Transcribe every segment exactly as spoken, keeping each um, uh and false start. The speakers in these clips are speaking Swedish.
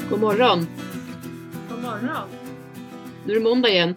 God morgon. God morgon. Nu är det måndag igen.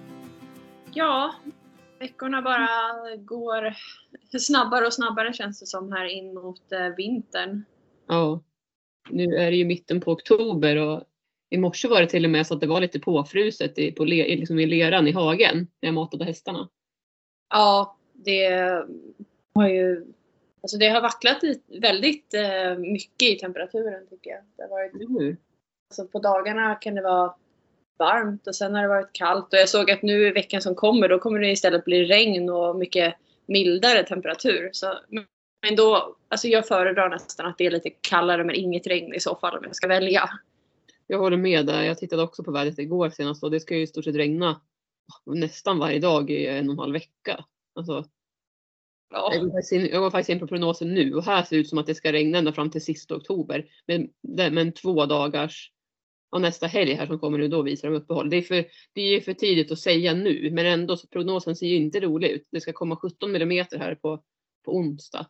Ja, veckorna bara går snabbare och snabbare känns det som här in mot eh, vintern. Ja, nu är det ju mitten på oktober och i morse var det till och med så att det var lite påfruset i, på le, liksom i leran i hagen när jag matade hästarna. Ja, det har ju alltså det har vacklat i, väldigt eh, mycket i temperaturen tycker jag. Det har varit, Mm. alltså på dagarna kan det vara varmt och sen har det varit kallt och jag såg att nu i veckan som kommer då kommer det istället bli regn och mycket mildare temperatur. Så, men då, alltså jag föredrar nästan att det är lite kallare men inget regn i så fall om jag ska välja. Jag håller med där. Jag tittade också på vädret igår senast och det ska ju i stort sett regna nästan varje dag i en och en halv vecka. Alltså, Ja. jag, går faktiskt in, jag går faktiskt in på prognosen nu och här ser det ut som att det ska regna ända fram till sista oktober. Men, men två dagars och nästa helg här som kommer nu då visar de uppehåll. Det är för, det är för tidigt att säga nu men ändå så prognosen ser ju inte rolig ut. Det ska komma sjutton millimeter här på, på onsdag.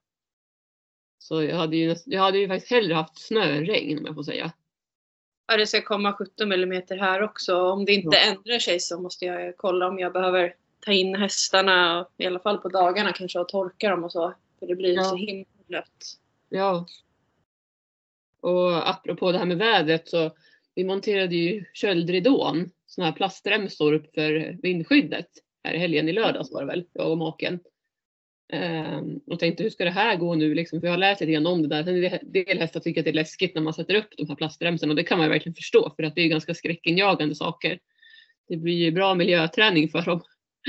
Så jag hade, ju, jag hade ju faktiskt hellre haft snö än regn om jag får säga. Ja, det ska komma sjutton millimeter här också. Om det inte ja. ändrar sig så måste jag kolla om jag behöver ta in hästarna i alla fall på dagarna kanske och torka dem och så. För det blir ja. så himla blött. Ja. Och apropå det här med vädret så vi monterade ju köldridån, såna här plastremsor upp för vindskyddet här i helgen i lördags var det väl, jag och maken. Um, och tänkte hur ska det här gå nu liksom, för jag har lärt lite grann om det där. Sen är det del hästar tycker att det är läskigt när man sätter upp de här plastremsorna och det kan man verkligen förstå för att det är ganska skräckinjagande saker. Det blir ju bra miljöträning för dem.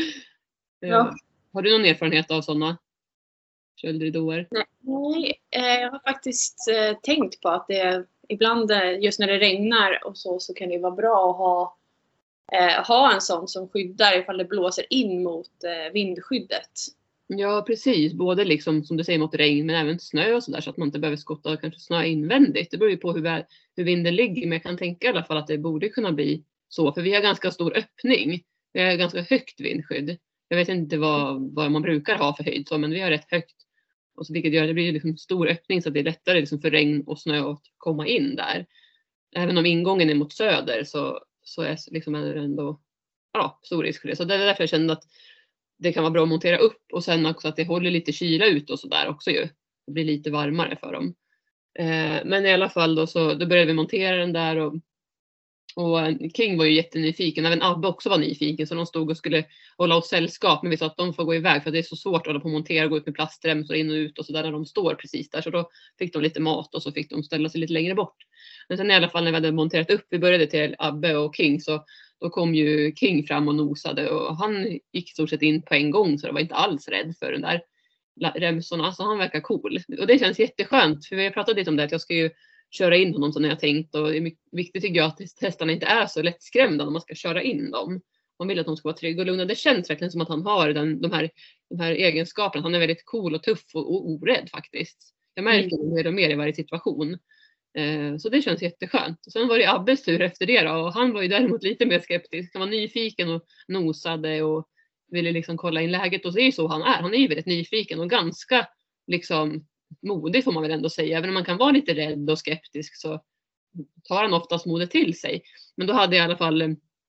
Ja. Uh, har du någon erfarenhet av sådana köldridåer? Nej, jag har faktiskt eh, tänkt på att det ibland just när det regnar och så så kan det vara bra att ha, eh, ha en sån som skyddar ifall det blåser in mot eh, vindskyddet. Ja precis, både liksom som du säger mot regn men även snö och sådär så att man inte behöver skotta och kanske snö invändigt. Det beror ju på hur, hur vinden ligger men jag kan tänka i alla fall att det borde kunna bli så för vi har ganska stor öppning. Vi har ganska högt vindskydd. Jag vet inte vad, vad man brukar ha för höjd så men vi har rätt högt. Och så vilket gör att det blir liksom stor öppning så att det är lättare liksom för regn och snö att komma in där. Även om ingången är mot söder så, så är, liksom är det ändå ja, stor risk för det. Så det är därför jag kände att det kan vara bra att montera upp och sen också att det håller lite kyla ut och sådär också ju. Det blir lite varmare för dem. Eh, men i alla fall då så då började vi montera den där och, och King var ju jättenyfiken. Även Abbe också var nyfiken så de stod och skulle hålla oss sällskap men vi sa att de får gå iväg för att det är så svårt att hålla på och montera och gå ut med plastremsor in och ut och sådär när de står precis där. Så då fick de lite mat och så fick de ställa sig lite längre bort. Men sen i alla fall när vi hade monterat upp, vi började till Abbe och King så då kom ju King fram och nosade och han gick i stort sett in på en gång så det var inte alls rädd för den där remsorna. Så han verkar cool. Och det känns jätteskönt för vi har pratat lite om det att jag ska ju köra in honom som jag tänkt och det är viktigt tycker jag att hästarna inte är så lättskrämda när man ska köra in dem. Man vill att de ska vara trygga och lugna. Det känns verkligen som att han har den, de, här, de här egenskaperna. Han är väldigt cool och tuff och, och orädd faktiskt. Jag märker mm. mer och mer i varje situation. Eh, så det känns jätteskönt. Och sen var det Abbes tur efter det då, och han var ju däremot lite mer skeptisk. Han var nyfiken och nosade och ville liksom kolla in läget. Och det är ju så han är. Han är ju väldigt nyfiken och ganska liksom modig får man väl ändå säga. Även om man kan vara lite rädd och skeptisk så tar han oftast modet till sig. Men då hade jag i alla fall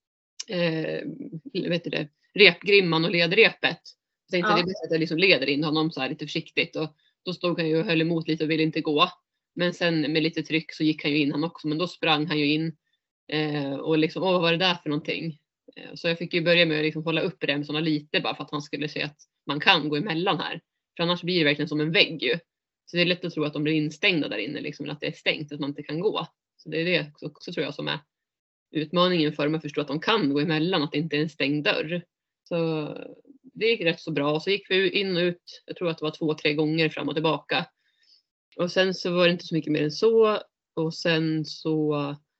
eh, vet du det, repgrimman och ledrepet. Jag tänkte ja. Det är bäst att jag liksom leder in honom så här lite försiktigt. Och då stod han ju och höll emot lite och ville inte gå. Men sen med lite tryck så gick han ju in han också. Men då sprang han ju in. Eh, och liksom, åh vad var det där för någonting? Eh, så jag fick ju börja med att liksom hålla upp remsorna lite bara för att han skulle se att man kan gå emellan här. För annars blir det verkligen som en vägg ju. Så det är lätt att tro att de blir instängda där inne liksom. Eller att det är stängt, att man inte kan gå. Så det är det också, också tror jag som är utmaningen för dem att förstå att de kan gå emellan. Att det inte är en stängd dörr. Så det gick rätt så bra. Och så gick vi in och ut. Jag tror att det var två, tre gånger fram och tillbaka. Och sen så var det inte så mycket mer än så. Och sen så,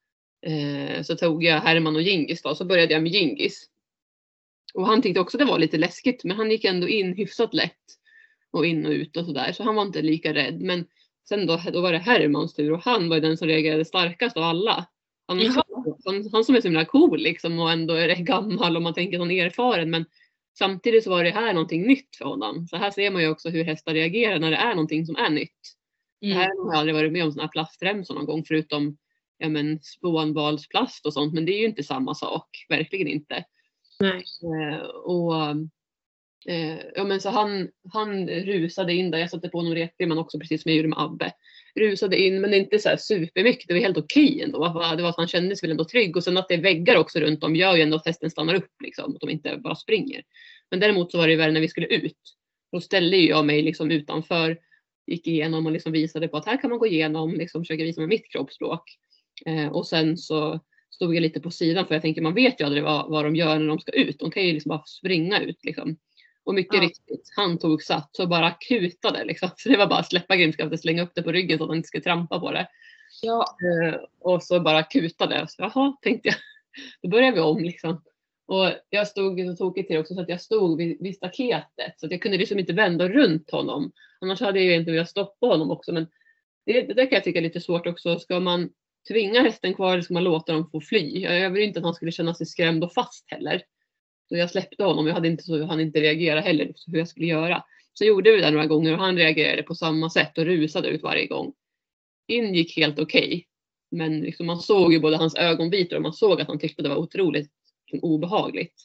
eh, så tog jag Herman och Gingis då. Så började jag med Gingis. Och han tyckte också det var lite läskigt. Men han gick ändå in hyfsat lätt. Och in och ut och sådär. Så han var inte lika rädd. Men sen då, då var det Hermans tur. Och han var den som reagerade starkast av alla. Han, han, han som är så himla cool liksom. Och ändå är gammal. Och man tänker att han är erfaren. Men samtidigt så var det här någonting nytt för honom. Så här ser man ju också hur hästar reagerar när det är någonting som är nytt. Mm. Det här har jag aldrig varit med om sådana här plastremsor någon gång förutom ja men spånvalsplast och sånt, men det är ju inte samma sak, verkligen inte. Nej. Eh, och eh, ja men så han, han rusade in där, jag satte på honom reprimman också precis som jag gjorde med Abbe. Rusade in, men inte så här supermycket, det var helt okej ändå. Det var att han kändes väl ändå trygg, och sen att det är väggar också runt om gör ju ändå att hästen stannar upp liksom, att de inte bara springer. Men däremot så var det värre när vi skulle ut. Då ställde jag mig liksom utanför, gick igenom och liksom visade på att här kan man gå igenom, liksom försöka visa med mitt kroppsspråk. Eh, och sen så stod jag lite på sidan, för jag tänker man vet ju aldrig vad, vad de gör när de ska ut. De kan ju liksom bara springa ut liksom. Och mycket ja. riktigt, han tog satt så bara kutade liksom. Så det var bara att släppa grimskaftet, slänga upp det på ryggen så att han inte skulle trampa på det. Ja. Eh, och så bara kutade. Så, jaha, tänkte jag. Då började vi om liksom. Och jag stod så tokigt till också, så att jag stod vid, vid staketet. Så att jag kunde liksom inte vända runt honom. Annars hade jag ju inte velat stoppa honom också. Men det, det där kan jag tycka är lite svårt också. Ska man tvinga hästen kvar eller ska man låta dem få fly? Jag vill inte att han skulle känna sig skrämd och fast heller. Så jag släppte honom. Jag hade inte så han inte reagera heller hur jag skulle göra. Så gjorde vi det några gånger och han reagerade på samma sätt och rusade ut varje gång. In gick helt okej. Okay. Men liksom man såg ju både hans ögonvitor och man såg att han tyckte det var otroligt obehagligt.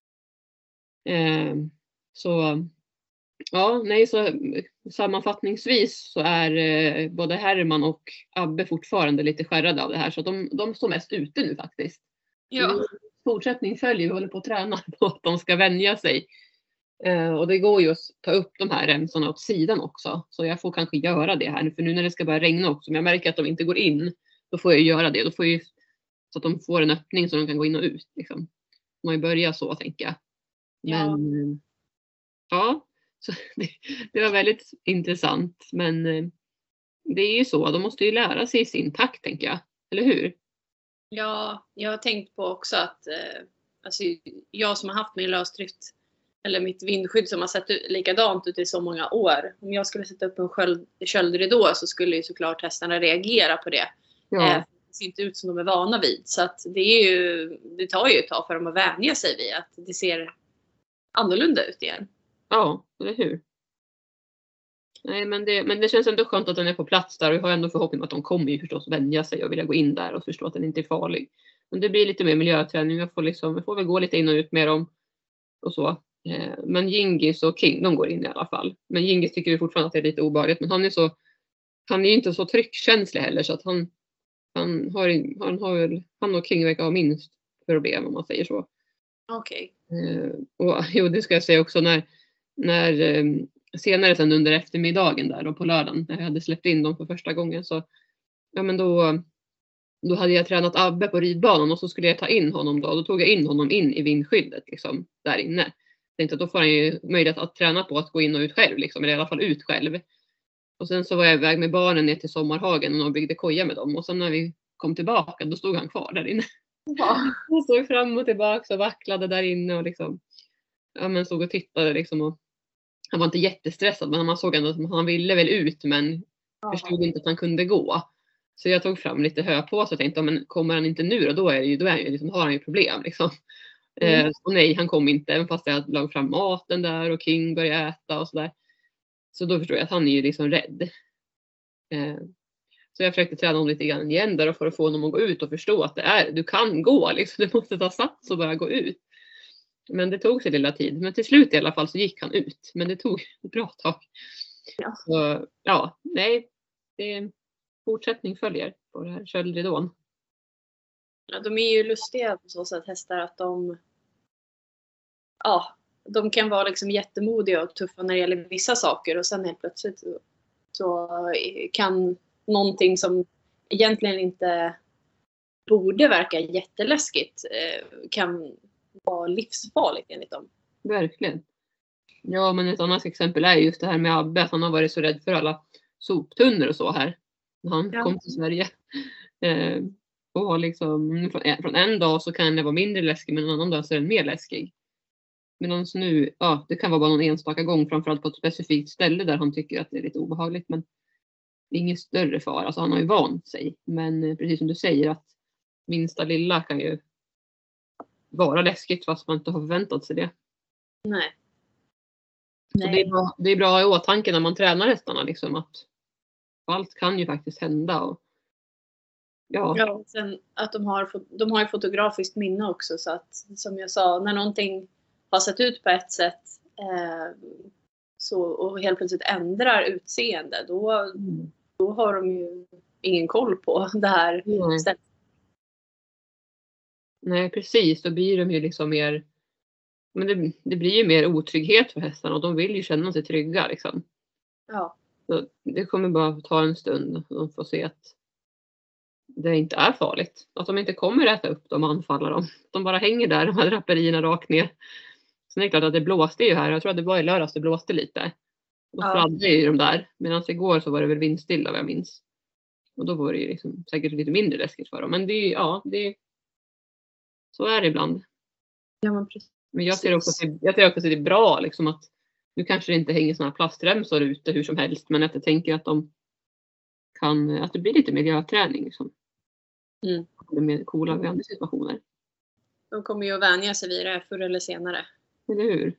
Eh, så ja, nej, så sammanfattningsvis så är eh, både Herman och Abbe fortfarande lite skärrade av det här, så att de, de står mest ute nu faktiskt. Ja. Fortsättning följer, vi håller på att träna på att de ska vänja sig. Eh, och det går ju att ta upp de här remsorna åt sidan också, så jag får kanske göra det här, för nu när det ska börja regna också, men jag märker att de inte går in, då får jag göra det, då får jag, så att de får en öppning så de kan gå in och ut liksom. Man ju börjar så, tänker jag. Men ja, ja så det, det var väldigt intressant. Men det är ju så, de måste ju lära sig i sin takt, tänker jag. Eller hur? Ja, jag har tänkt på också att eh, alltså, jag som har haft min lösdrift eller mitt vindskydd som har sett ut, likadant ut i så många år. Om jag skulle sätta upp en sköld, köldridå så skulle ju såklart hästarna reagera på det. Ja. Eh, det ser inte ut som de är vana vid. Så att det, är ju, det tar ju ett tag för dem att vänja sig vid att det ser annorlunda ut igen. Ja, eller hur? Nej, men det, men det känns ändå skönt att den är på plats där. Och jag har ändå förhoppning om att de kommer ju förstås vänja sig och vilja gå in där och förstå att den inte är farlig. Men det blir lite mer miljöträning. Jag får, liksom, jag får väl gå lite in och ut med dem och så. Men Gingis och King, de går in i alla fall. Men Gingis tycker ju fortfarande att det är lite obehagligt. Men han är så, han är ju inte så tryckkänslig heller, så att han Han har, han har väl, han och King verkar ha minst problem, om man säger så. Okej. Okay. Eh, och jo, det ska jag säga också, när, när eh, senare sen under eftermiddagen där och på lördagen, när jag hade släppt in dem för första gången, så ja men då, då hade jag tränat Abbe på ridbanan och så skulle jag ta in honom då. Då tog jag in honom in i vindskyddet liksom, där inne. Jag tänkte att då får han ju möjlighet att träna på att gå in och ut själv liksom, eller i alla fall ut själv. Och sen så var jag iväg med barnen ner till Sommarhagen och byggde koja med dem. Och sen när vi kom tillbaka, då stod han kvar där inne. Ja. Han stod fram och tillbaka och vacklade där inne och liksom, ja men stod och tittade liksom. Och han var inte jättestressad, men man såg ändå att han ville väl ut, men ja. Förstod inte att han kunde gå. Så jag tog fram lite hö på, så jag tänkte, men kommer han inte nu då, då, är det ju, då är han ju, liksom, har han ju problem liksom. Mm. Eh, och nej, han kom inte, även fast jag lag fram maten där och King började äta och sådär. Så då förstår jag att han är ju liksom rädd. Eh, så jag försökte träna honom lite grann igen där för att få honom att gå ut och förstå att det är, du kan gå liksom, du måste ta sats och bara gå ut. Men det tog sig lilla tid. Men till slut i alla fall så gick han ut. Men det tog ett bra tag. Ja, så, ja nej. Det är en fortsättning följer på det här köldridån. Ja, de är ju lustiga på så sätt, hästar, att de ja, de kan vara liksom jättemodiga och tuffa när det gäller vissa saker, och sen helt plötsligt så, så kan någonting som egentligen inte borde verka jätteläskigt eh, kan vara livsfarligt enligt dem. Verkligen. Ja, men ett annat exempel är just det här med Abbe, att han har varit så rädd för alla soptunnor och så här när han ja. kom till Sverige. Eh, och liksom från en, från en dag så kan det vara mindre läskig, men en annan dag så är den mer läskig. Medan nu, ja, det kan vara bara någon enstaka gång, framförallt på ett specifikt ställe där han tycker att det är lite obehagligt, men det är ingen större fara. Alltså han har ju vant sig, men precis som du säger att minsta lilla kan ju vara läskigt fast man inte har förväntat sig det. Nej. Så det är bra, det är bra i åtanke när man tränar hästarna liksom, att allt kan ju faktiskt hända. Och Ja. Ja, och sen att de har, fot- de har ju fotografiskt minne också, så att som jag sa, när någonting har sett ut på ett sätt eh, så, och helt plötsligt ändrar utseende, då, Mm. då har de ju ingen koll på det här Nej. stället. Nej, precis. Då blir de ju liksom mer, men det, det blir ju mer otrygghet för hästarna och de vill ju känna sig trygga liksom. Ja. Så det kommer bara ta en stund och de får se att det inte är farligt. Att de inte kommer äta upp dem och anfalla dem. De bara hänger där, de här draperierna rakt ner. Sen är det klart att det blåste ju här. Jag tror att det var i lördags det blåste lite. Då Ja. fladdrade ju de där. Medan igår så var det väl vindstilla vad jag minns. Och då var det ju liksom säkert lite mindre läskigt för dem. Men det är ju, ja, det är, så är det ibland. Ja, men precis. Men jag ser också att det, jag ser också att det är bra liksom att nu kanske det inte hänger såna här plastremsor ute hur som helst. Men att jag tänker att de kan, att det blir lite miljöträning liksom. Mm. Det är mer coola vid andra situationer. De kommer ju att vänja sig vid det förr eller senare. Eller hur?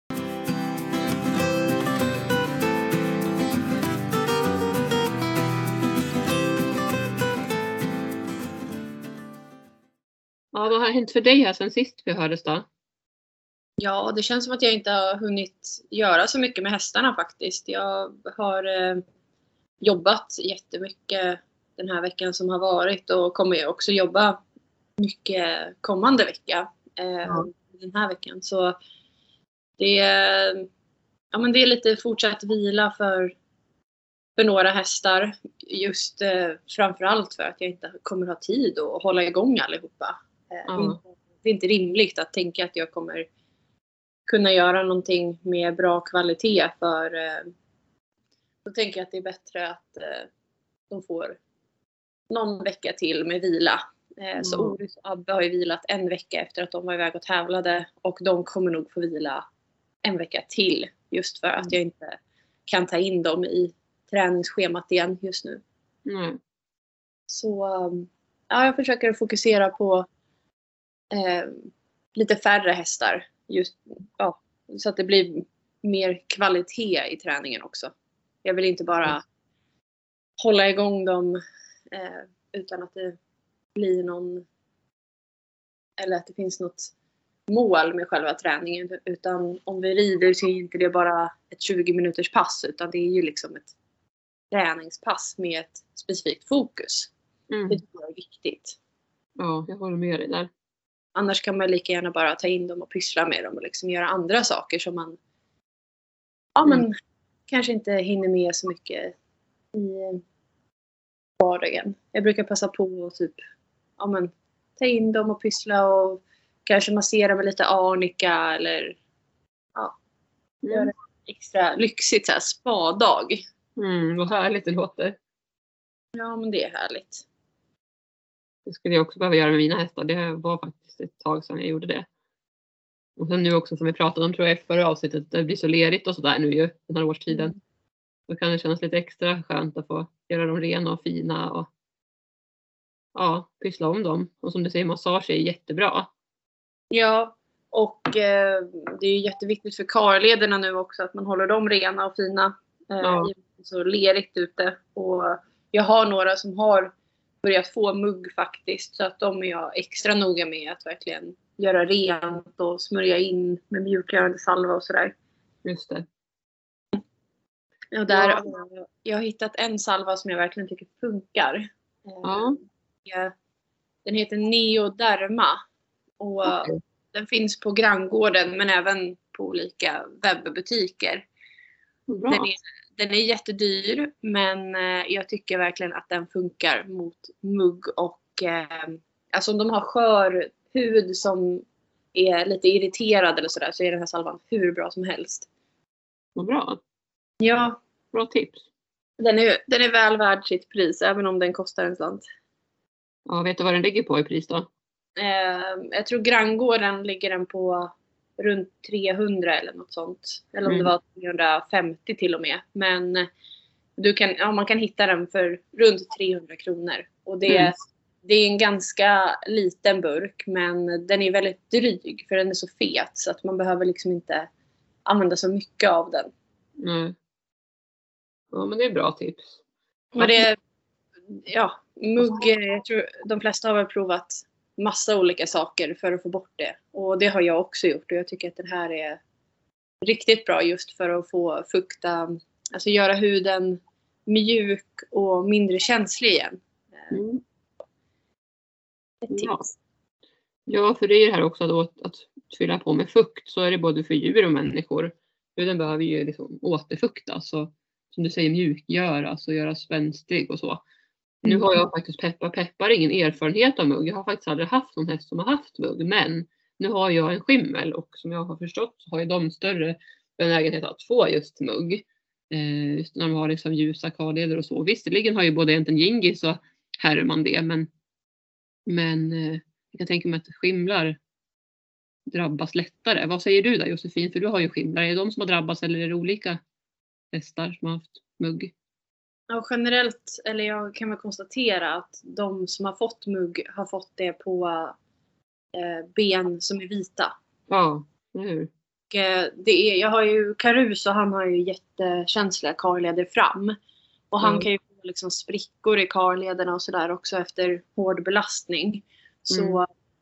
Ja, vad har hänt för dig här sen sist vi hördes då? Ja, det känns som att jag inte har hunnit göra så mycket med hästarna faktiskt. Jag har eh, jobbat jättemycket den här veckan som har varit och kommer ju också jobba mycket kommande vecka eh, Ja. den här veckan. Så det är, ja, men det är lite fortsatt vila för, för några hästar. Just eh, framförallt för att jag inte kommer ha tid att hålla igång allihopa. Eh, Ja. det, är inte, det är inte rimligt att tänka att jag kommer kunna göra någonting med bra kvalitet, för eh, då tänker jag att det är bättre att eh, de får någon vecka till med vila. Eh, så Mm. Oris och Abbe har ju vilat en vecka efter att de var iväg och tävlade, och de kommer nog få vila en vecka till, just för att jag inte kan ta in dem i träningsschemat igen just nu. Nej. Så um, ja, jag försöker fokusera på eh, lite färre hästar. Just, ja, så att det blir mer kvalitet i träningen också. Jag vill inte bara hålla igång dem eh, utan att det blir någon, eller att det finns något mål med själva träningen. Utan om vi rider så är inte det bara ett tjugo minuters pass, utan det är ju liksom ett träningspass med ett specifikt fokus. Mm. Det tycker jag är viktigt. Ja, jag håller med dig där. Annars kan man lika gärna bara ta in dem och pyssla med dem och liksom göra andra saker som man ja, men Mm. kanske inte hinner med så mycket i vardagen. Jag brukar passa på att typ ja, men, ta in dem och pyssla och kanske massera med lite arnika eller ja, Mm. göra det extra lyxigt så här spadag. Mm, vad härligt det låter. Ja, men det är härligt. Det skulle jag också behöva göra med mina hästar. Det var faktiskt ett tag sedan jag gjorde det. Och sen nu också som vi pratade om, tror jag, i förra avsnittet, det blir så lerigt och sådär nu ju, den här årstiden. Mm. Då kan det kännas lite extra skönt att få göra dem rena och fina och ja, pyssla om dem. Och som du säger, massage är jättebra. Ja, och eh, det är jätteviktigt för karlederna nu också att man håller dem rena och fina. Eh, Ja. Så lerigt ute. Och jag har några som har börjat få mugg faktiskt. Så att de är jag extra noga med att verkligen göra rent och smörja in med mjukgörande salva och sådär. Just det. Och där Ja. har jag, jag har hittat en salva som jag verkligen tycker funkar. Ja. Eh, Den heter Neoderma. Och Okej. den finns på Granngården men även på olika webbutiker. Bra. Den är, den är jättedyr, men eh, jag tycker verkligen att den funkar mot mugg och eh, alltså om de har skör hud som är lite irriterad eller sådär, så är den här salvan hur bra som helst. Vad bra. Ja, Bra tips. den är, den är väl värd sitt pris även om den kostar en slant. Ja, vet du vad den ligger på i pris då? Eh, jag tror Granngården ligger den på runt trehundra eller något sånt. Eller om Mm. det var trehundrafemtio till och med. Men du kan, ja, man kan hitta den för runt trehundra kronor. Och det, Mm. det är en ganska liten burk, men den är väldigt dryg för den är så fet. Så att man behöver liksom inte använda så mycket av den. Nej. Ja, men det är bra tips. Men det, ja, Mugg, jag tror de flesta har väl provat massa olika saker för att få bort det. Och det har jag också gjort. Och jag tycker att den här är riktigt bra just för att få fukta, alltså göra huden mjuk och mindre känslig igen. Mm. Ett tips. Ja. ja, för det är det här också då att, att fylla på med fukt, så är det både för djur och människor. Huden behöver ju liksom återfuktas och som du säger mjukgöras och göras spänstig och så. Nu har jag faktiskt peppar peppar ingen erfarenhet av mugg. Jag har faktiskt aldrig haft någon häst som har haft mugg. Men nu har jag en skimmel och som jag har förstått så har ju de större benägenhet att få just mugg. Eh, just när de har liksom ljusa karleder och så. Visserligen har ju både egentligen Gingis och Herman det. Men, men eh, jag kan tänka mig att skimlar drabbas lättare. Vad säger du där Josefin? För du har ju skimlar. Är det de som har drabbats eller är det olika hästar som har haft mugg? Ja, generellt, eller jag kan väl konstatera att de som har fått mugg har fått det på eh, ben som är vita. Ja, hur? Och, eh, det är, jag har ju Karus och han har ju jättekänsliga karleder fram. Och han Mm. kan ju få liksom sprickor i karlederna och sådär också efter hård belastning. Så Mm.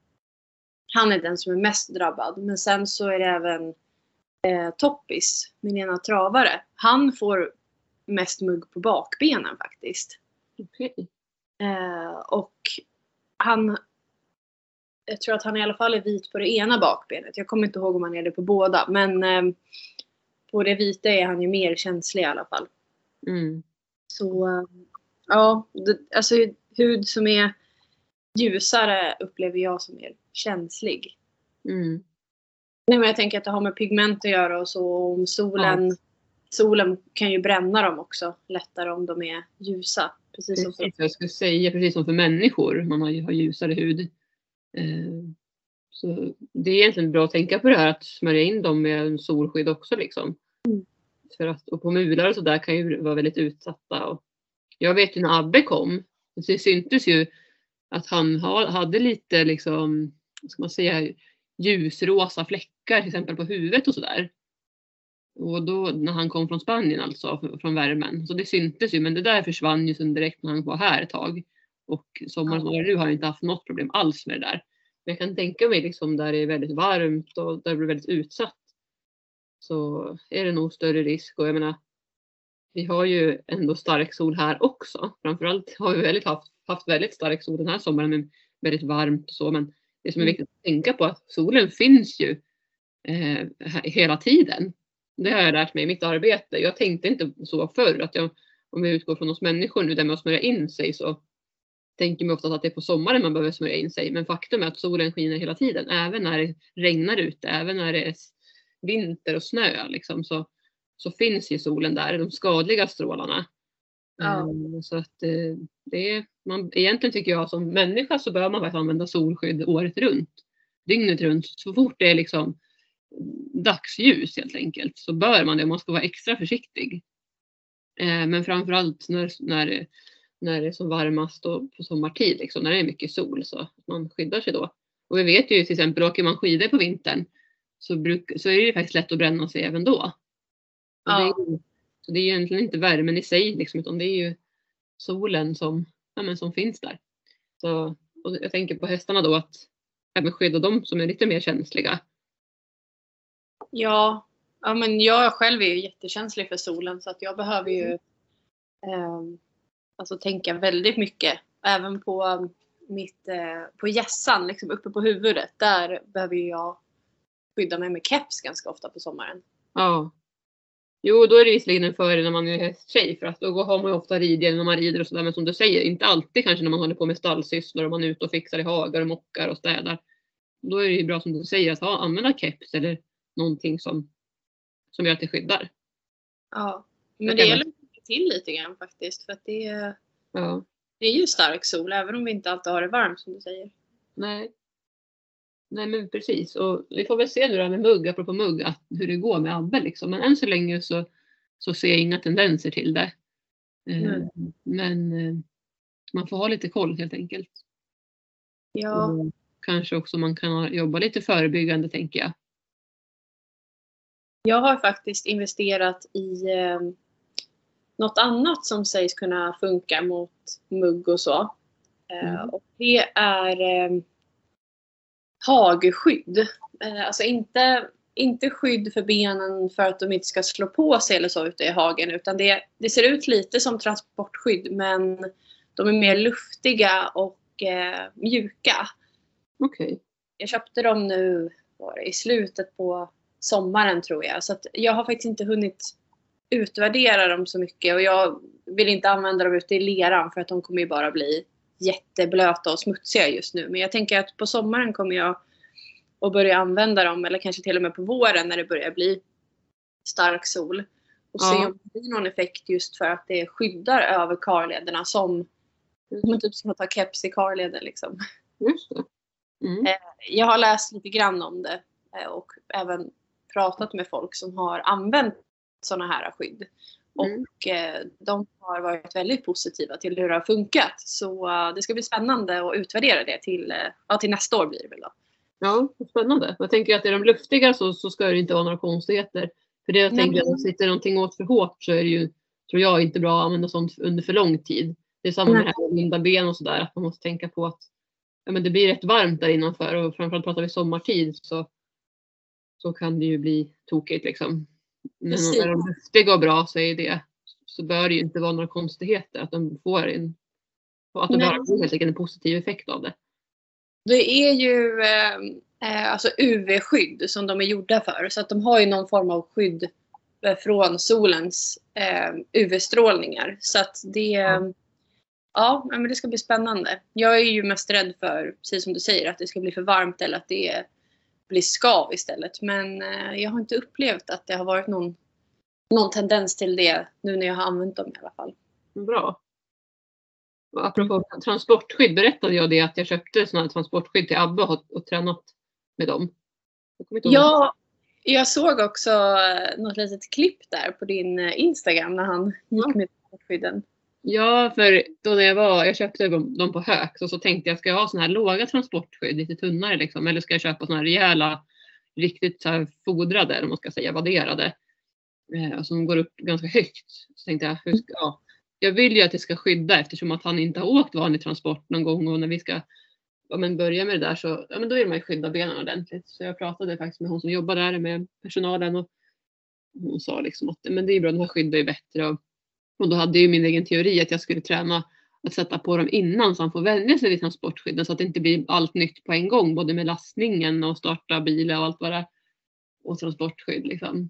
han är den som är mest drabbad. Men sen så är det även eh, Toppis, min ena travare. Han får mest mugg på bakbenen faktiskt. Okej. Eh, och han, jag tror att han i alla fall är vit på det ena bakbenet. Jag kommer inte ihåg om han är det på båda. Men eh, på det vita är han ju mer känslig i alla fall. Mm. Så eh, ja, det, alltså hud som är ljusare upplever jag som mer känslig. Mm. Nej, men jag tänker att det har med pigment att göra och så. Om solen, Ja. solen kan ju bränna dem också lättare om de är ljusa. Precis som för Precis, jag skulle säga precis som för människor. Man har, ju- har ljusare hud. Eh, så det är egentligen bra att tänka på det här att smörja in dem med en solskydd också liksom. Mm. För att, och på mular och så där kan ju vara väldigt utsatta. Och jag vet ju när Abbe kom. Så det syntes ju att han ha, hade lite liksom, vad ska man säga, ljusrosa fläckar till exempel på huvudet och sådär. Och då när han kom från Spanien alltså, från värmen. Så det syntes ju, men det där försvann ju sen direkt när han var här ett tag. Och sommaren som var nu har jag inte haft något problem alls med det där. Men jag kan tänka mig liksom där det är väldigt varmt och där det blir väldigt utsatt. Så är det nog större risk. Och jag menar, vi har ju ändå stark sol här också. Framförallt har vi väldigt haft, haft väldigt stark sol den här sommaren med väldigt varmt och så. Men det som är Mm. viktigt att tänka på är att solen finns ju eh, hela tiden. Det har jag lärt mig i mitt arbete. Jag tänkte inte så förr att jag, om vi utgår från oss människor nu där med att smörja in sig så tänker man ofta att det är på sommaren man behöver smörja in sig. Men faktum är att solen skiner hela tiden. Även när det regnar ute, även när det är vinter och snö liksom, så, så finns ju solen där, de skadliga strålarna. Ja. Um, så att uh, det är, man, egentligen tycker jag som människa så bör man faktiskt använda solskydd året runt. Dygnet runt. Så fort det är liksom dagsljus helt enkelt så bör man det. Man ska vara extra försiktig. Uh, men framförallt när, när, när det är som varmast och på sommartid, liksom, när det är mycket sol så att man skyddar sig då. Och vi vet ju till exempel, åker man skidor på vintern så, bruk, så är det faktiskt lätt att bränna sig även då. Ja. Det är ju, så det är ju egentligen inte värmen i sig liksom, utan det är ju solen som, ja, men som finns där. Så, och jag tänker på hästarna då att även skydda dem som är lite mer känsliga. Ja, ja, men jag själv är ju jättekänslig för solen så att jag behöver ju eh, alltså tänka väldigt mycket. Även på mitt eh, på hjässan, liksom uppe på huvudet. Där behöver jag skydda mig med keps ganska ofta på sommaren. Ja. Jo, då är det visserligen en fördel när man är hästtjej för att då har man ju ofta ridhjälm när man rider och sådär. Men som du säger, inte alltid kanske när man håller på med stallsysslor och man är ute och fixar i hagar och mockar och städar. Då är det ju bra som du säger att ha, använda keps eller någonting som, som gör att det skyddar. Ja, men Det det kan gäller att tänka till lite grann faktiskt. För att det är, Ja. det är ju stark sol även om vi inte alltid har det varmt som du säger. Nej. Nej men precis. Och vi får väl se nu då med mugg, apropå mugg, att hur det går med Abbe liksom. Men än så länge så, så ser jag inga tendenser till det. Eh, Mm. Men eh, man får ha lite koll helt enkelt. Ja, Och kanske också man kan ha- jobba lite förebyggande tänker jag. jag har faktiskt investerat i eh, något annat som sägs kunna funka mot mugg och så. Mm. Och det är eh, hagskydd. Eh, alltså inte, inte skydd för benen för att de inte ska slå på sig eller så ute i hagen. Utan det, det ser ut lite som transportskydd, men de är mer luftiga och eh, mjuka. Okej. Okay. Jag köpte dem nu var det, i slutet på sommaren tror jag. Så att jag har faktiskt inte hunnit utvärdera dem så mycket. Och jag vill inte använda dem ute i leran för att de kommer ju bara bli jätteblöta och smutsiga just nu. Men jag tänker att på sommaren kommer jag att börja använda dem. Eller kanske till och med på våren när det börjar bli stark sol. Och Ja. se om det blir någon effekt just för att det skyddar över karlederna. Som man typ ska ta keps i karleden liksom. Just det. Mm. Jag har läst lite grann om det. Och även pratat med folk som har använt sådana här skydd. Mm. Och eh, de har varit väldigt positiva till hur det har funkat. Så eh, det ska bli spännande att utvärdera det till, eh, ja, till nästa år blir det väl då. Ja, spännande. Jag tänker att är de luftiga så, så ska det inte vara några konstigheter. För det jag Nej. tänker att sitter någonting åt för hårt så är det ju, tror jag, inte bra att använda sånt under för lång tid. Det är samma med det här med linda ben och sådär. Att man måste tänka på att ja, men det blir rätt varmt där innanför. Och framförallt pratar vi sommartid så, så kan det ju bli tokigt liksom. Men Precis. När de luftiga går bra så är det, så bör det ju inte vara några konstigheter att de får en, att det bara blir helt enkelt en positiv effekt av det. Det är ju eh, alltså U V-skydd som de är gjorda för, så att de har ju någon form av skydd från solens eh, U V-strålningar, så att det ja. ja, men det ska bli spännande. Jag är ju mest rädd för, precis som du säger, att det ska bli för varmt eller att det är blir skav istället. Men eh, jag har inte upplevt att det har varit någon, någon tendens till det nu när jag har använt dem i alla fall. Bra. Och apropå transportskydd berättade jag det att jag köpte sådana här transportskydd till Abbe och, och tränat med dem. Jag ja, jag såg också något litet klipp där på din Instagram när han gick ja. med transportskydden. Ja, för då när jag var, jag köpte dem på Höök så, så tänkte jag, ska jag ha såna här låga transportskydd, lite tunnare liksom, eller ska jag köpa såna här rejäla, riktigt så här fodrade, eller man ska säga vadderade, eh, som går upp ganska högt. Så tänkte jag, hur ska, ja, jag vill ju att det ska skydda eftersom att han inte har åkt vanlig transport någon gång och när vi ska ja, men börja med det där så, ja men då vill man ju skydda benen ordentligt. Så jag pratade faktiskt med hon som jobbar där med personalen och hon sa liksom att men det är bra, de här skyddar ju bättre och Och då hade ju min egen teori att jag skulle träna att sätta på dem innan så han får vänja sig vid transportskydden så att det inte blir allt nytt på en gång. Både med lastningen och starta bilar och allt vad det är. Och transportskydd liksom.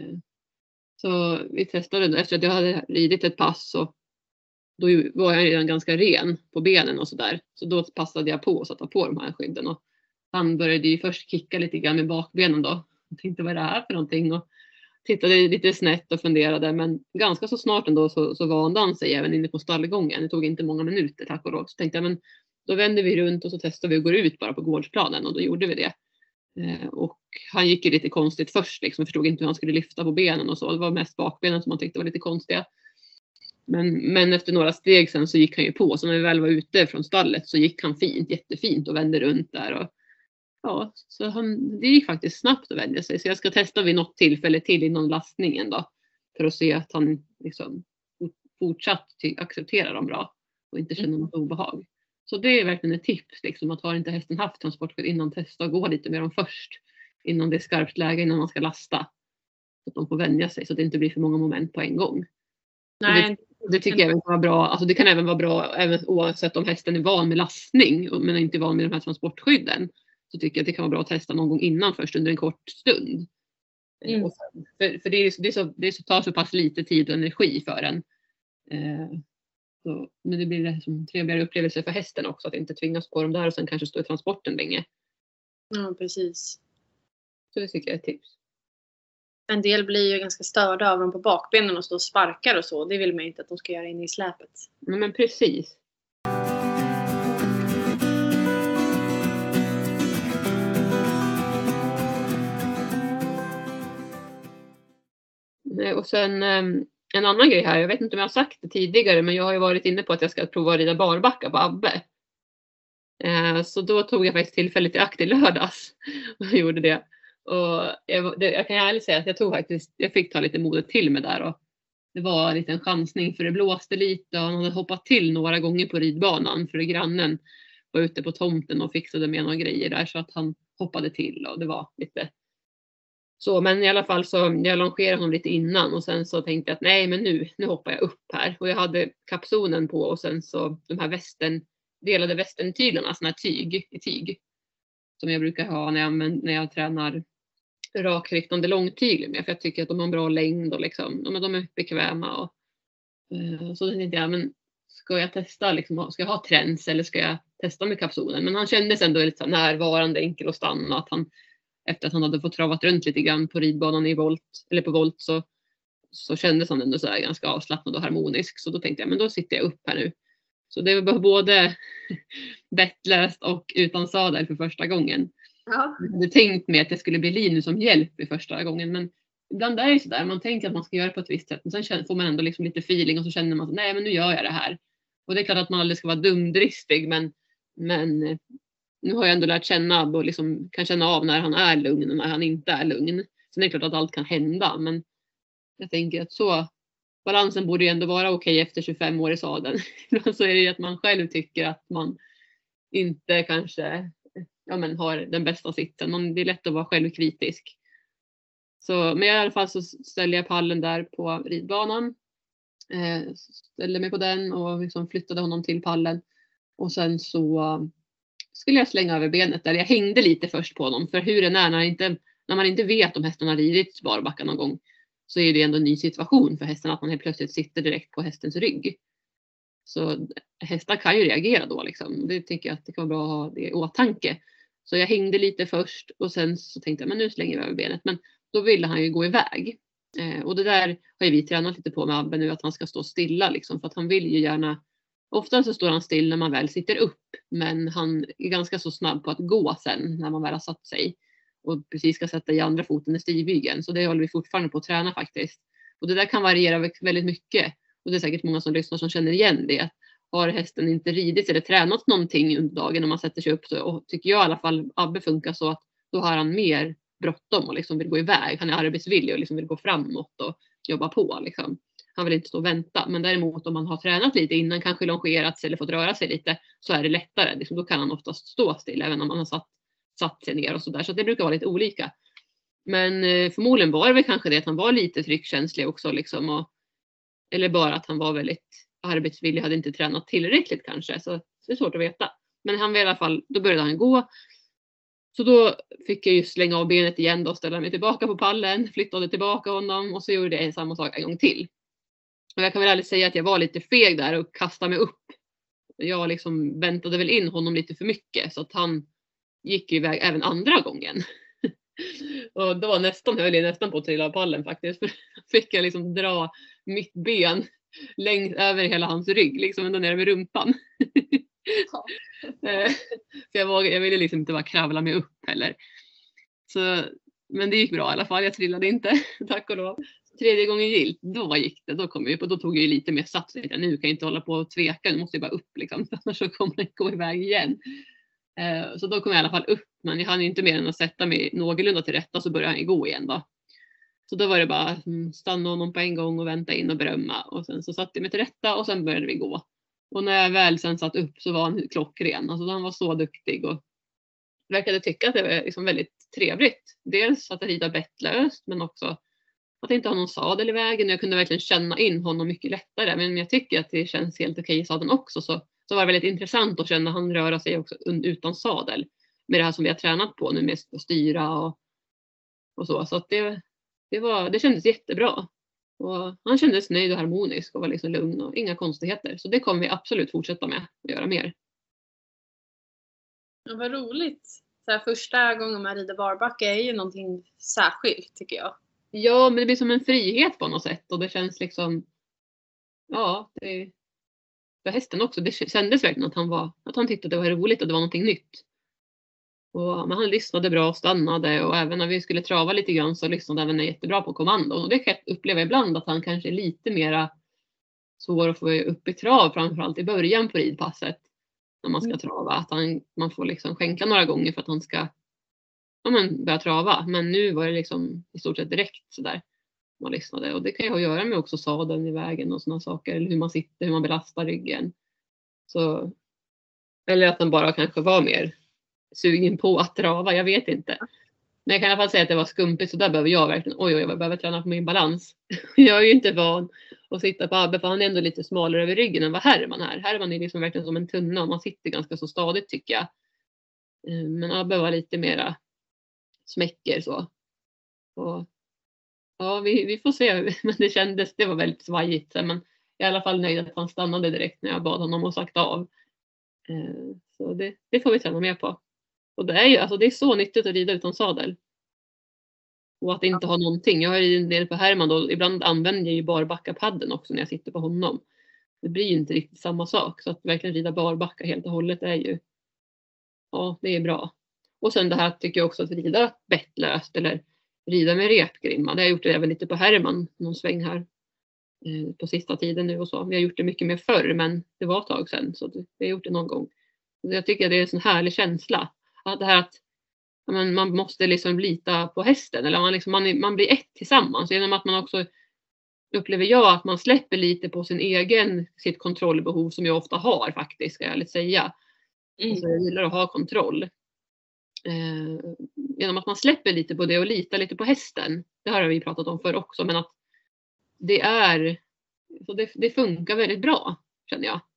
Så vi testade det efter att jag hade ridit ett pass och då var jag redan ganska ren på benen och sådär. Så då passade jag på att sätta på de här skydden. Och han började ju först kicka lite grann med bakbenen då. Jag tänkte vad är det här för någonting och tittade lite snett och funderade, men ganska så snart ändå så, så vande han sig även inne på stallgången. Det tog inte många minuter tack och lov. Så tänkte jag, men då vänder vi runt och så testar vi och går ut bara på gårdsplanen och då gjorde vi det. Eh, och han gick ju lite konstigt först liksom, jag förstod inte hur han skulle lyfta på benen och så. Det var mest bakbenen som man tyckte var lite konstiga. Men, men efter några steg sen så gick han ju på. Så när vi väl var ute från stallet så gick han fint, jättefint och vände runt där och ja, så han, det gick faktiskt snabbt att vänja sig. Så jag ska testa vid något tillfälle till inom lastningen då. För att se att han liksom fortsatt till, accepterar dem bra. Och inte känner något obehag. Så det är verkligen ett tips. Liksom, att har inte hästen haft transportskydd innan, testa och gå lite med dem först. Innan det är skarpt läge, innan man ska lasta. Så att de får vänja sig så att det inte blir för många moment på en gång. Nej. Det, det tycker jag även kan vara bra. Alltså det kan även vara bra även oavsett om hästen är van med lastning. Men inte van med de här transportskydden. Så tycker jag att det kan vara bra att testa någon gång innan först under en kort stund. Mm. Och sen, för för det, är, det, är så, det tar så pass lite tid och energi för en. Eh, så, men det blir en trevligare upplevelse för hästen också. Att inte tvingas på dem där och sen kanske stå i transporten länge. Ja, precis. Så det tycker jag är ett tips. En del blir ju ganska störda av dem på bakbenen och stå och sparkar och så. Det vill man inte att de ska göra inne i släpet. Ja, men precis. Och sen en annan grej här, jag vet inte om jag har sagt det tidigare, men jag har ju varit inne på att jag ska prova att rida barbacka på Abbe. Så då tog jag faktiskt tillfället i akt i lördags och gjorde det. Och jag, det, jag kan ärligt säga att jag tog faktiskt, jag fick ta lite modet till mig där och det var en liten chansning för det blåste lite och han hade hoppat till några gånger på ridbanan för grannen var ute på tomten och fixade med några grejer där så att han hoppade till och det var lite så. Men i alla fall så jag longerade honom lite innan och sen så tänkte jag att nej men nu, nu hoppar jag upp här och jag hade kapsonen på och sen så de här västen, delade västentyglarna, såna här tyg i tyg som jag brukar ha när jag, när jag tränar rakriktande långtyglar med för jag tycker att de har en bra längd och liksom, ja, men de är bekväma och uh, så tänkte jag men ska jag testa liksom, ska jag ha träns eller ska jag testa med kapsolen men han kändes ändå lite så närvarande, enkel att stanna att han efter att han hade fått travat runt lite grann på ridbanan i volt eller på volt så så kändes han ändå så här ganska avslappnad och harmonisk så då tänkte jag men då sitter jag upp här nu så det var både bettlöst och utan sadel för första gången. Ja. Jag hade tänkt mig att det skulle bli Linus som hjälp i första gången men ibland är det så där man tänker att man ska göra på ett visst sätt men sen får man ändå liksom lite feeling och så känner man att nej men nu gör jag det här och det är klart att man aldrig ska vara dumdristig men men nu har jag ändå lärt känna och liksom kan känna av när han är lugn och när han inte är lugn. Sen är det klart att allt kan hända men jag tänker att så balansen borde ju ändå vara okej efter tjugofem år i sadeln. Så är det ju att man själv tycker att man inte kanske ja, men har den bästa sitsen. Man, det är lätt att vara självkritisk. Så, men i alla fall så ställde jag pallen där på ridbanan. Eh, ställde mig på den och liksom flyttade honom till pallen. Och sen så skulle jag slänga över benet där. Jag hängde lite först på honom. För hur det är när, inte, när man inte vet om hästen har ridit barbacka någon gång. Så är det ändå en ny situation för hästen att man helt plötsligt sitter direkt på hästens rygg. Så hästar kan ju reagera då liksom. Det tycker jag att det kan vara bra att ha det i åtanke. Så jag hängde lite först och sen så tänkte jag men nu slänger vi över benet. Men då ville han ju gå iväg. Eh, och det där har ju vi tränat lite på med Abbe nu att han ska stå stilla liksom. För att han vill ju gärna, ofta så står han still när man väl sitter upp. Men han är ganska så snabb på att gå sen när man väl har satt sig. Och precis ska sätta i andra foten i stigbygeln. Så det håller vi fortfarande på att träna faktiskt. Och det där kan variera väldigt mycket. Och det är säkert många som lyssnar som känner igen det. Har hästen inte ridit eller tränat någonting under dagen när man sätter sig upp så och tycker jag i alla fall Abbe funkar så att då har han mer bråttom och liksom vill gå iväg. Han är arbetsvillig och liksom vill gå framåt och jobba på liksom. Han vill inte stå och vänta. Men däremot om man har tränat lite innan, kanske longerats eller fått röra sig lite så är det lättare. Liksom, då kan han oftast stå still även om man har satt, satt sig ner och sådär. Så det brukar vara lite olika. Men eh, förmodligen var det väl kanske det att han var lite tryckkänslig också liksom. Och, eller bara att han var väldigt arbetsvillig, hade inte tränat tillräckligt kanske. Så det är svårt att veta. Men han var i alla fall, då började han gå. Så då fick jag ju slänga av benet igen då och ställa mig tillbaka på pallen. Flyttade tillbaka honom och så gjorde jag samma sak en gång till. Och jag kan väl ärligt säga att jag var lite feg där och kastade mig upp. Jag liksom väntade väl in honom lite för mycket så att han gick iväg även andra gången. Och då var nästan, höll jag nästan på att trilla av pallen faktiskt. För fick jag liksom dra mitt ben längs över hela hans rygg, liksom ända ner med rumpan. Ja. För jag, vågade, jag ville liksom inte bara kravla mig upp heller. Så, men det gick bra i alla fall, jag trillade inte, tack och lov. Tredje gången gilt, då gick det, då kom jag upp och då tog jag ju lite mer sats. Nu kan jag inte hålla på och tveka, nu måste jag bara upp liksom, annars så kommer jag gå iväg igen. Så då kom jag i alla fall upp, men jag hann inte mer än att sätta mig någorlunda till rätta så började han gå igen då. Så då var det bara stanna honom på en gång och vänta in och berömma. Och sen så satte jag mig till rätta och sen började vi gå. Och när jag väl sen satt upp så var han klockren. Alltså han var så duktig och verkade tycka att det var liksom väldigt trevligt. Dels att rida bettlöst men också att inte ha någon sadel i vägen. Jag kunde verkligen känna in honom mycket lättare. Men jag tycker att det känns helt okej i sadeln också. Så, så var det väldigt intressant att känna han röra sig också utan sadel. Med det här som vi har tränat på nu med att styra och, och så. Så att det, det, var, det kändes jättebra. Och han kändes nöjd och harmonisk och var liksom lugn och inga konstigheter. Så det kommer vi absolut fortsätta med att göra mer. Ja, vad roligt. Så här, första gången man rider barbacka är ju någonting särskilt tycker jag. Ja, men det blir som en frihet på något sätt. Och det känns liksom, ja, det, för hästen också. Det kändes verkligen att han, var, att han tyckte att det var roligt och det var någonting nytt. Och, men han lyssnade bra och stannade och även när vi skulle trava lite grann så lyssnade han jättebra på kommandon. Och det kan jag uppleva ibland att han kanske är lite mera svår att få upp i trav, framförallt i början på ridpasset när man ska trava. Att han, man får liksom skänka några gånger för att han ska ja, men, börja trava. Men nu var det liksom i stort sett direkt sådär. man lyssnade. Och det kan ju ha att göra med också sadeln i vägen och sådana saker. Eller hur man sitter, hur man belastar ryggen. Så, eller att den bara kanske var mer sugen på att trava, jag vet inte. Men jag kan i alla fall säga att det var skumpigt, så där behöver jag verkligen, oj oj, jag behöver träna på min balans. Jag är ju inte van att sitta på Abbe, för han är ändå lite smalare över ryggen än vad Herman är. Herman är liksom verkligen som en tunna och man sitter ganska så stadigt tycker jag. Men Abbe var lite mera smäcker så. Och, ja, vi, vi får se, men det kändes, det var väldigt svajigt. Men jag är i alla fall nöjd att han stannade direkt när jag bad honom och sagt av. Så det, det får vi träna mer på. Och det är ju, alltså det är så nyttigt att rida utan sadel. Och att inte ha någonting. Jag har ju en del på Herman då. Ibland använder jag ju barbacka-padden också när jag sitter på honom. Det blir ju inte riktigt samma sak. Så att verkligen rida barbacka helt och hållet är ju, ja, det är bra. Och sen det här tycker jag också att rida bettlöst eller rida med repgrimma. Det har jag gjort det även lite på Herman någon sväng här eh, på sista tiden nu och så. Vi har gjort det mycket mer förr, men det var ett tag sedan, så det, vi har gjort det någon gång. Och jag tycker det är en sån härlig känsla. Att det här att ja, man, man måste liksom lita på hästen, eller man, liksom, man, man blir ett tillsammans. Genom att man också, upplever jag, att man släpper lite på sin egen, sitt kontrollbehov som jag ofta har faktiskt, ska jag ärligt säga. Mm. Alltså, jag gillar att ha kontroll. Eh, genom att man släpper lite på det och litar lite på hästen. Det har vi pratat om förr också, men att det är, så det, det funkar väldigt bra, känner jag.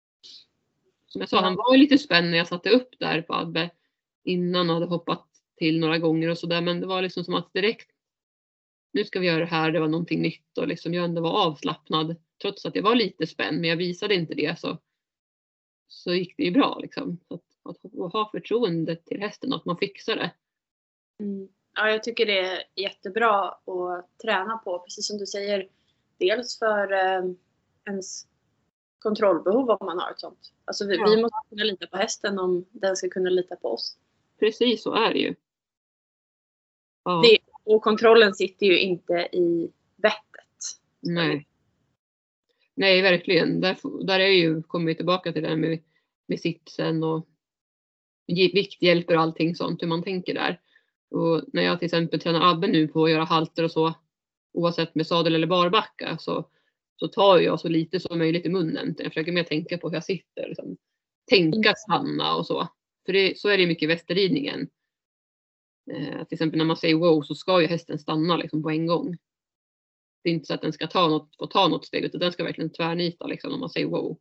Som jag sa, han var ju lite spänd när jag satte upp där på Abbe innan och hade hoppat till några gånger och sådär. Men det var liksom som att direkt, nu ska vi göra det här, det var någonting nytt och liksom jag ändå var avslappnad. Trots att jag var lite spänd, men jag visade inte det, så, så gick det ju bra liksom. Att, att, att ha förtroende till hästen och att man fixar det. Mm. Ja, jag tycker det är jättebra att träna på, precis som du säger. Dels för eh, ens kontrollbehov om man har ett sånt. Alltså vi, ja. vi måste kunna lita på hästen om den ska kunna lita på oss. Precis, så är det ju. Ja. Det, och kontrollen sitter ju inte i vettet. Nej. Nej, verkligen. Där, där är ju, kommer vi tillbaka till det här med, med sitsen och vikthjälper och allting sånt, hur man tänker där. Och när jag till exempel tränar Abbe nu på att göra halter och så, oavsett med sadel eller barbacka, så så tar jag så lite som möjligt i munnen. Jag försöker mer tänka på hur jag sitter. Liksom. Tänka, stanna och så. För det, så är det mycket i västerridningen. Eh, till exempel när man säger wow, så ska ju hästen stanna liksom, på en gång. Det är inte så att den ska ta något, få ta något steg, utan den ska verkligen tvärnita liksom, när man säger wow.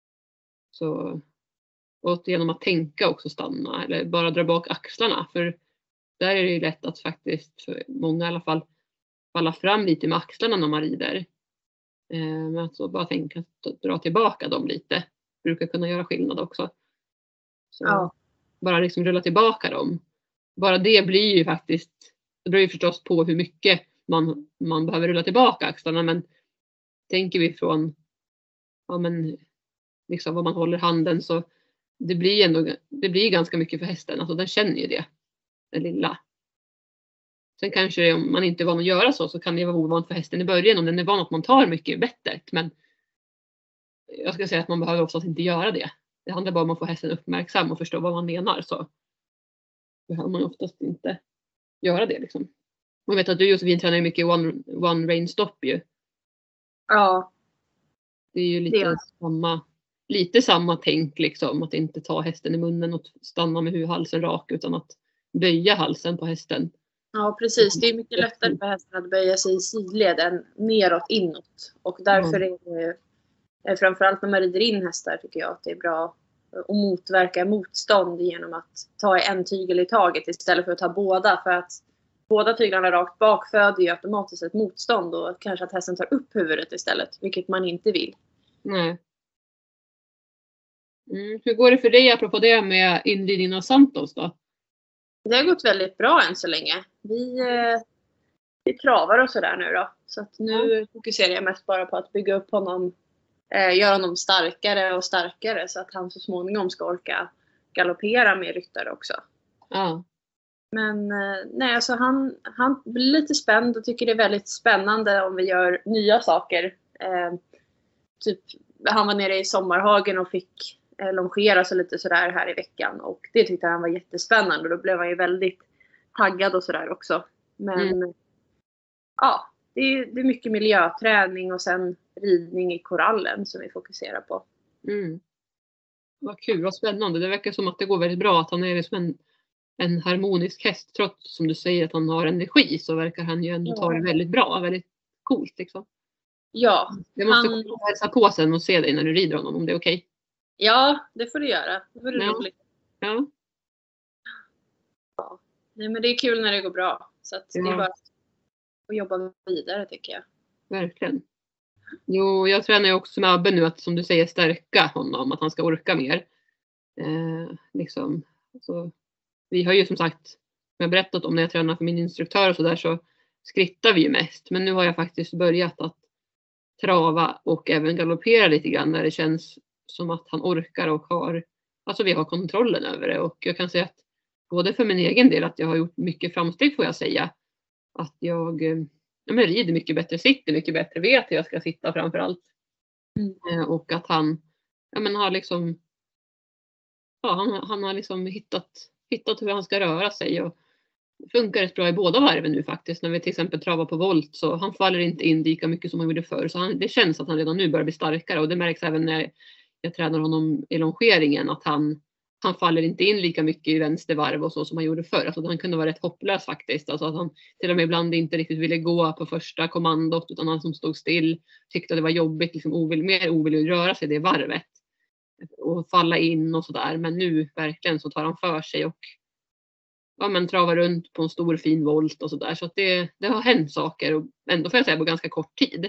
Så, och genom att tänka också stanna. Eller bara dra bak axlarna. För där är det ju lätt att faktiskt, för många i alla fall, falla fram lite med axlarna när man rider. Men alltså bara tänka att dra tillbaka dem lite. Brukar kunna göra skillnad också. Så ja. Bara liksom rulla tillbaka dem. Bara det blir ju faktiskt, det beror ju förstås på hur mycket man, man behöver rulla tillbaka axlarna. Men tänker vi från ja men liksom vad man håller handen, så det blir ändå, det blir ganska mycket för hästen. Alltså den känner ju det, den lilla. Sen kanske om man inte är van att göra så, så kan det vara ovant för hästen i början om den är van att man tar mycket i bettet. Men jag ska säga att man behöver oftast inte göra det. Det handlar bara om att få hästen uppmärksam och förstå vad man menar, så behöver man oftast inte göra det liksom. Och jag vet att du Josefin tränar mycket one, one rein stop ju. Ja. Det är ju lite det. samma lite samma tänk liksom, att inte ta hästen i munnen och stanna med huvudhalsen rak, utan att böja halsen på hästen. Ja, precis. Det är mycket lättare för hästen att böja sig i sidled än neråt, inåt. Och därför är det, framförallt när man rider in hästar, tycker jag att det är bra att motverka motstånd genom att ta en tygel i taget istället för att ta båda. För att båda tyglarna rakt bak föder ju automatiskt ett motstånd och kanske att hästen tar upp huvudet istället, vilket man inte vill. Nej. Mm. Hur går det för dig apropå det med inridningen av Santos då? Det har gått väldigt bra än så länge. Vi, eh, vi travar och sådär nu då. Så att nu mm. fokuserar jag mest bara på att bygga upp honom. Eh, göra honom starkare och starkare. Så att han så småningom ska orka galoppera med ryttare också. Mm. Men eh, nej, alltså han, han blir lite spänd och tycker det är väldigt spännande om vi gör nya saker. Eh, typ, han var nere i Sommarhagen och fick longera så lite sådär här i veckan, och det tyckte han var jättespännande och då blev han ju väldigt taggad och sådär också. Men mm. ja, det är, det är mycket miljöträning och sen ridning i korallen som vi fokuserar på. Mm. Vad kul, vad spännande. Det verkar som att det går väldigt bra, att han är liksom en, en harmonisk häst. Trots som du säger att han har energi, så verkar han ju ändå ta det väldigt bra. Väldigt coolt liksom. Ja. Jag måste han... komma och hälsa på sen och se dig när du rider honom, om det är okej. Okay. Ja, det får du göra. Det får du ja. roligt. Ja. Ja. Nej, men det är kul när det går bra. Så att ja. det är bara att jobba vidare, tycker jag. Verkligen. Jo, jag tränar ju också med Abbe nu att, som du säger, stärka honom. Att han ska orka mer. Eh, liksom. Så, vi har ju som sagt, jag har berättat om när jag tränar för min instruktör och så där, så skrittar vi ju mest. Men nu har jag faktiskt börjat att trava och även galoppera lite grann när det känns som att han orkar och har, alltså vi har kontrollen över det. Och jag kan säga att både för min egen del att jag har gjort mycket framsteg, får jag säga. Att jag ja, men rider mycket bättre, sitter mycket bättre, vet hur jag ska sitta framför allt. Mm. Och att han ja, men har liksom ja, han, han har liksom hittat, hittat hur han ska röra sig, och funkar rätt bra i båda varven nu faktiskt. När vi till exempel travar på volt, så han faller inte in lika mycket som han gjorde förr. Så han, det känns att han redan nu börjar bli starkare, och det märks även när jag tränar honom i longeringen, att han, han faller inte in lika mycket i vänstervarv och så som han gjorde förr. Alltså han kunde vara rätt hopplös faktiskt. Alltså att han till och med ibland inte riktigt ville gå på första kommandot, utan han som stod still tyckte att det var jobbigt, liksom ovill, mer ovillig att röra sig det varvet och falla in och sådär. Men nu verkligen så tar han för sig och ja, men travar runt på en stor fin volt och sådär. Så att det, det har hänt saker, och ändå får jag säga på ganska kort tid.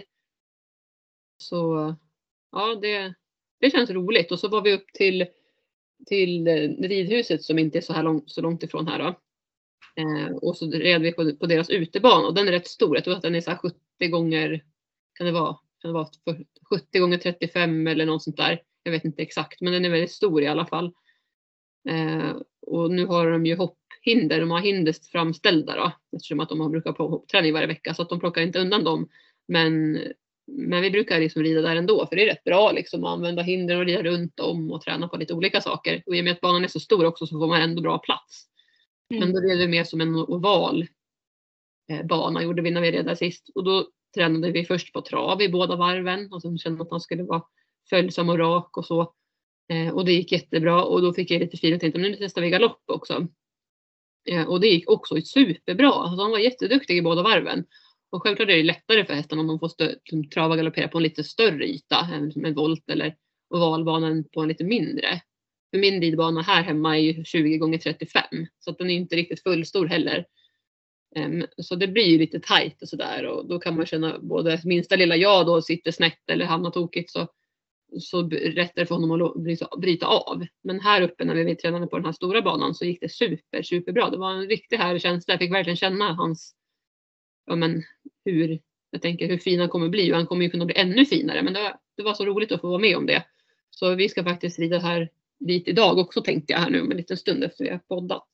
Så ja, det, det känns roligt. Och så var vi upp till, till ridhuset som inte är så här långt, så långt ifrån här då. Eh, och så red vi på, på deras utebana, och den är rätt stor. Jag tror att den är så här sjuttio gånger, kan det vara, kan det vara sjuttio gånger trettiofem eller något sånt där. Jag vet inte exakt, men den är väldigt stor i alla fall. Eh, och nu har de ju hopphinder, de har hinder framställda då, eftersom att de har brukar på hoppträning varje vecka, så att de plockar inte undan dem. Men, men vi brukar liksom rida där ändå, för det är rätt bra liksom att använda hinder och rida runt om och träna på lite olika saker. Och i och med att banan är så stor också, så får man ändå bra plats. Mm. Men då red vi mer som en oval eh, bana, gjorde vi när vi red där sist. Och då tränade vi först på trav i båda varven, och sen kände att man skulle vara följsam och rak och så. Eh, och det gick jättebra, och då fick jag lite fint och tänkte, men nu testar vi galopp också. Eh, och det gick också superbra. Alltså, han var jätteduktig i båda varven. Och självklart är det lättare för hästen om de får stö- som trava galoppera på en lite större yta än med volt eller ovalbanan på en lite mindre. För min ridbana här hemma är ju tjugo gånger trettiofem, så att den är inte riktigt fullstor heller. Um, så det blir ju lite tajt och sådär, och då kan man känna både minsta lilla jag då sitter snett eller hamnar tokigt, så så rätt är för honom att bryta, bryta av. Men här uppe när vi tränade på den här stora banan, så gick det super, superbra. Det var en riktig här känsla. Jag fick verkligen känna hans, ja men hur, jag tänker hur fin han kommer bli, och han kommer ju kunna bli ännu finare. Men det var, det var så roligt att få vara med om det. Så vi ska faktiskt rida här dit idag också, tänkte jag här nu om en liten stund efter vi har poddat.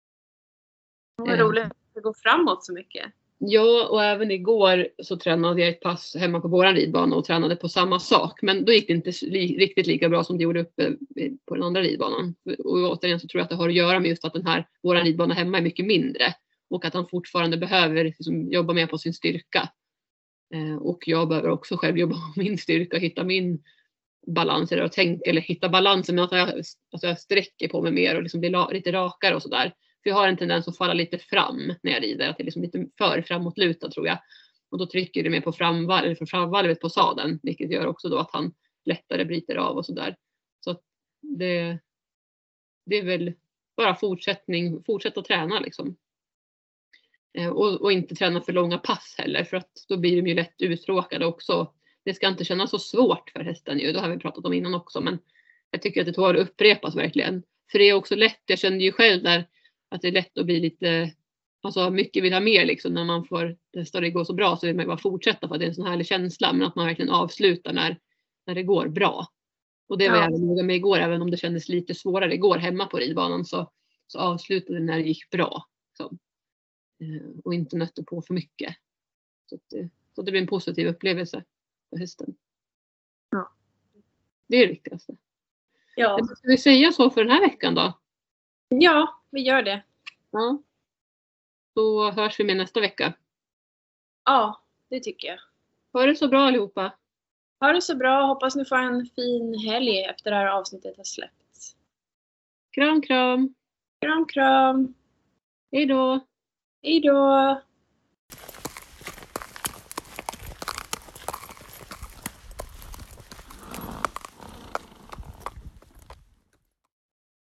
Vad roligt att det går framåt så mycket. Ja, och även igår så tränade jag ett pass hemma på våran ridbana och tränade på samma sak. Men då gick det inte li- riktigt lika bra som det gjorde uppe på den andra ridbanan. Och återigen så tror jag att det har att göra med just att den här, våran ridbana hemma är mycket mindre. Och att han fortfarande behöver liksom jobba mer på sin styrka. Eh, och jag behöver också själv jobba på min styrka, hitta min balans eller tänka, eller hitta balansen med att jag, alltså jag sträcker på mig mer och liksom blir la- lite rakare och sådär. För jag har en tendens att falla lite fram när jag rider. Att det är liksom lite för framåtlutad, tror jag. Och då trycker det mer på framvalv, för framvalvet på sadeln. Vilket gör också då att han lättare bryter av och sådär. Så att det, det är väl bara fortsättning. Fortsätta träna liksom. Eh, och, och inte träna för långa pass heller. För att då blir de ju lätt uttråkade också. Det ska inte kännas så svårt för hästen ju. Det har vi pratat om innan också. Men jag tycker att det tål att upprepas verkligen. För det är också lätt. Jag kände ju själv där att det är lätt att bli lite, alltså mycket vill ha mer liksom, när man får testa och det går så bra, så vill man ju bara fortsätta för att det är en sån härlig känsla, men att man verkligen avslutar när, när det går bra. Och det var Ja. jag även noga med igår, även om det kändes lite svårare igår hemma på ridbanan, så, så avslutade det när det gick bra. Så. Eh, och inte nötte på för mycket. Så, att det, så det blir en positiv upplevelse för hästen. Ja. Det är det viktigaste. Ja. Ska vi säga så för den här veckan då? Ja, vi gör det. Ja. Då hörs vi med nästa vecka. Ja, det tycker jag. Ha det så bra allihopa. Ha det så bra. Hoppas ni får en fin helg efter det här avsnittet har släppts. Kram, kram. Kram, kram. Hej då. Hej då.